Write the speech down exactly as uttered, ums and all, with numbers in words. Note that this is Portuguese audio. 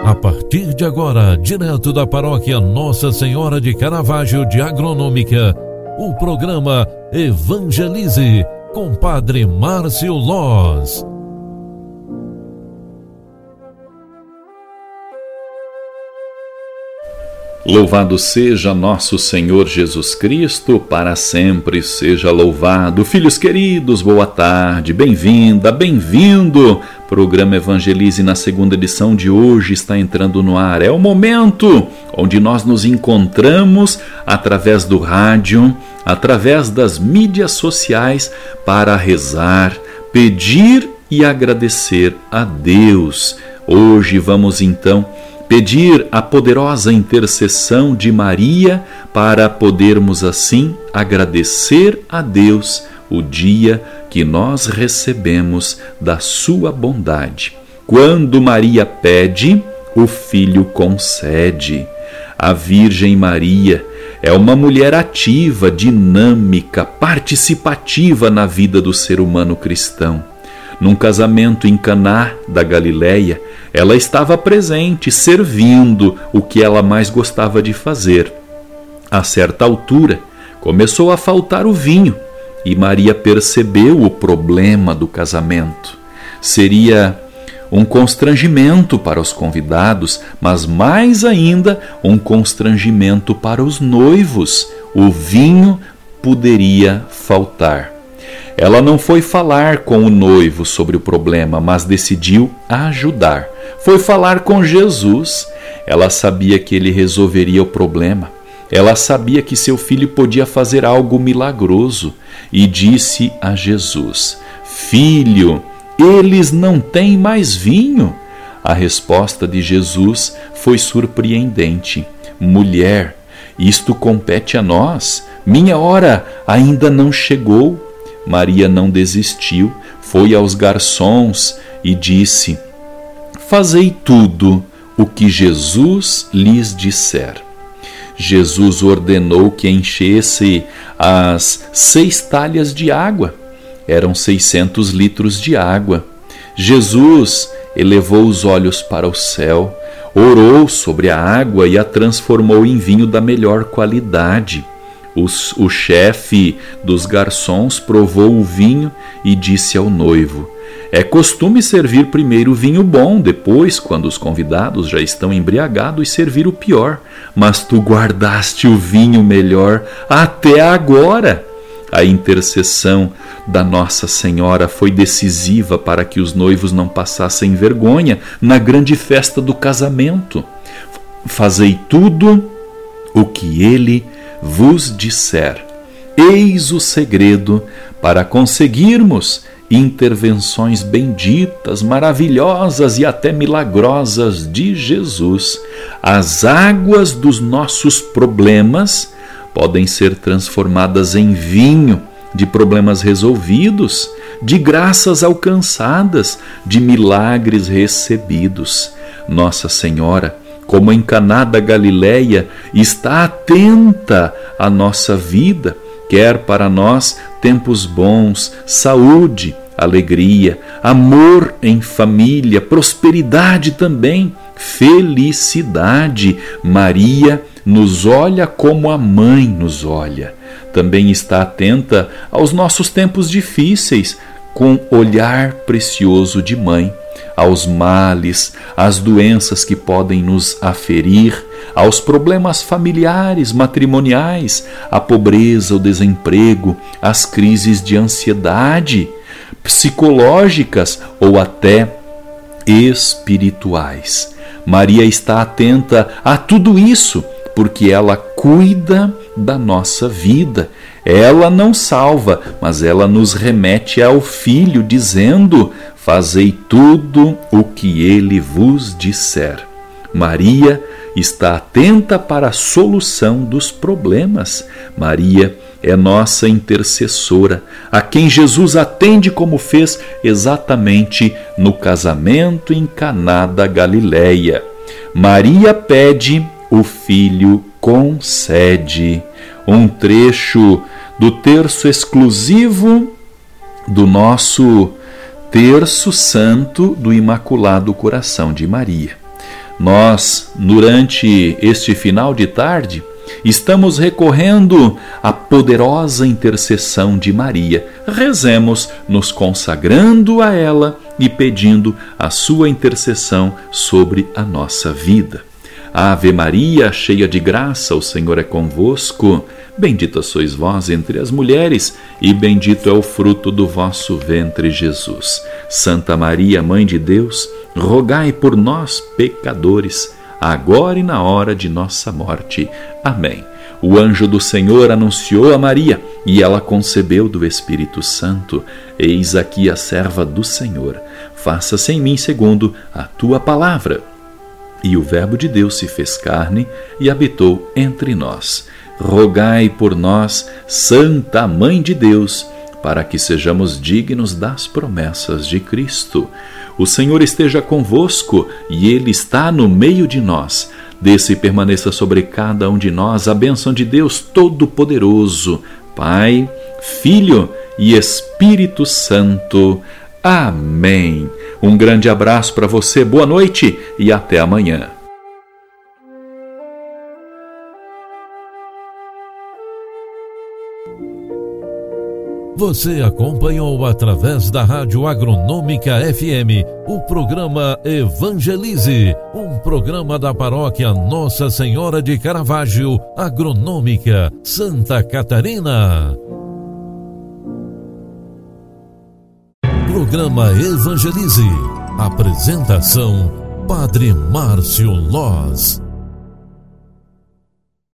A partir de agora, direto da paróquia Nossa Senhora de Caravaggio de Agronômica, o programa Evangelize com Padre Márcio Loz. Louvado seja nosso Senhor Jesus Cristo, para sempre seja louvado. Filhos queridos, boa tarde, bem-vinda, bem-vindo. Programa Evangelize na segunda edição de hoje está entrando no ar. É o momento onde nós nos encontramos através do rádio, através das mídias sociais, para rezar, pedir e agradecer a Deus. Hoje vamos então pedir a poderosa intercessão de Maria para podermos assim agradecer a Deus o dia que nós recebemos da sua bondade. Quando Maria pede, o Filho concede. A Virgem Maria é uma mulher ativa, dinâmica, participativa na vida do ser humano cristão. Num casamento em Caná da Galileia, ela estava presente, servindo o que ela mais gostava de fazer. A certa altura, começou a faltar o vinho e Maria percebeu o problema do casamento. Seria um constrangimento para os convidados, mas mais ainda um constrangimento para os noivos. O vinho poderia faltar. Ela não foi falar com o noivo sobre o problema, mas decidiu ajudar. Foi falar com Jesus. Ela sabia que ele resolveria o problema. Ela sabia que seu filho podia fazer algo milagroso e disse a Jesus: Filho, eles não têm mais vinho. A resposta de Jesus foi surpreendente. Mulher, isto compete a nós. Minha hora ainda não chegou. Maria não desistiu, foi aos garçons e disse: Fazei tudo o que Jesus lhes disser. Jesus ordenou que enchesse as seis talhas de água. Eram seiscentos litros de água. Jesus elevou os olhos para o céu, orou sobre a água e a transformou em vinho da melhor qualidade. Os, o chefe dos garçons provou o vinho e disse ao noivo: É costume servir primeiro o vinho bom, depois, quando os convidados já estão embriagados, servir o pior. Mas tu guardaste o vinho melhor até agora. A intercessão da Nossa Senhora foi decisiva para que os noivos não passassem vergonha na grande festa do casamento. Fazei tudo o que ele vos disser. Eis o segredo para conseguirmos intervenções benditas, maravilhosas e até milagrosas de Jesus. As águas dos nossos problemas podem ser transformadas em vinho de problemas resolvidos, de graças alcançadas, de milagres recebidos. Nossa Senhora, como em Caná da Galileia, está atenta à nossa vida, quer para nós tempos bons, saúde, alegria, amor em família, prosperidade também, felicidade. Maria nos olha como a mãe nos olha. Também está atenta aos nossos tempos difíceis, com olhar precioso de mãe, aos males, às doenças que podem nos aferir, aos problemas familiares, matrimoniais, à pobreza, o desemprego, às crises de ansiedade, psicológicas ou até espirituais. Maria está atenta a tudo isso, porque ela cuida da nossa vida. Ela não salva, mas ela nos remete ao Filho, dizendo: Fazei tudo o que ele vos disser. Maria está atenta para a solução dos problemas. Maria é nossa intercessora, a quem Jesus atende, como fez exatamente no casamento em Caná da Galileia. Maria pede, o Filho concede. Um trecho do terço exclusivo do nosso Terço Santo do Imaculado Coração de Maria. Nós, durante este final de tarde, estamos recorrendo à poderosa intercessão de Maria. Rezemos nos consagrando a ela e pedindo a sua intercessão sobre a nossa vida. Ave Maria, cheia de graça, o Senhor é convosco. Bendita sois vós entre as mulheres, e bendito é o fruto do vosso ventre, Jesus. Santa Maria, Mãe de Deus, rogai por nós, pecadores, agora e na hora de nossa morte. Amém. O anjo do Senhor anunciou a Maria, e ela concebeu do Espírito Santo. Eis aqui a serva do Senhor. Faça-se em mim segundo a tua palavra. E o Verbo de Deus se fez carne e habitou entre nós. Rogai por nós, Santa Mãe de Deus, para que sejamos dignos das promessas de Cristo. O Senhor esteja convosco e Ele está no meio de nós. Desça e permaneça sobre cada um de nós a bênção de Deus Todo-Poderoso, Pai, Filho e Espírito Santo. Amém. Um grande abraço para você, boa noite e até amanhã. Você acompanhou através da Rádio Agronômica F M o programa Evangelize, um programa da paróquia Nossa Senhora de Caravaggio, Agronômica, Santa Catarina. Programa Evangelize. Apresentação: Padre Márcio Loz.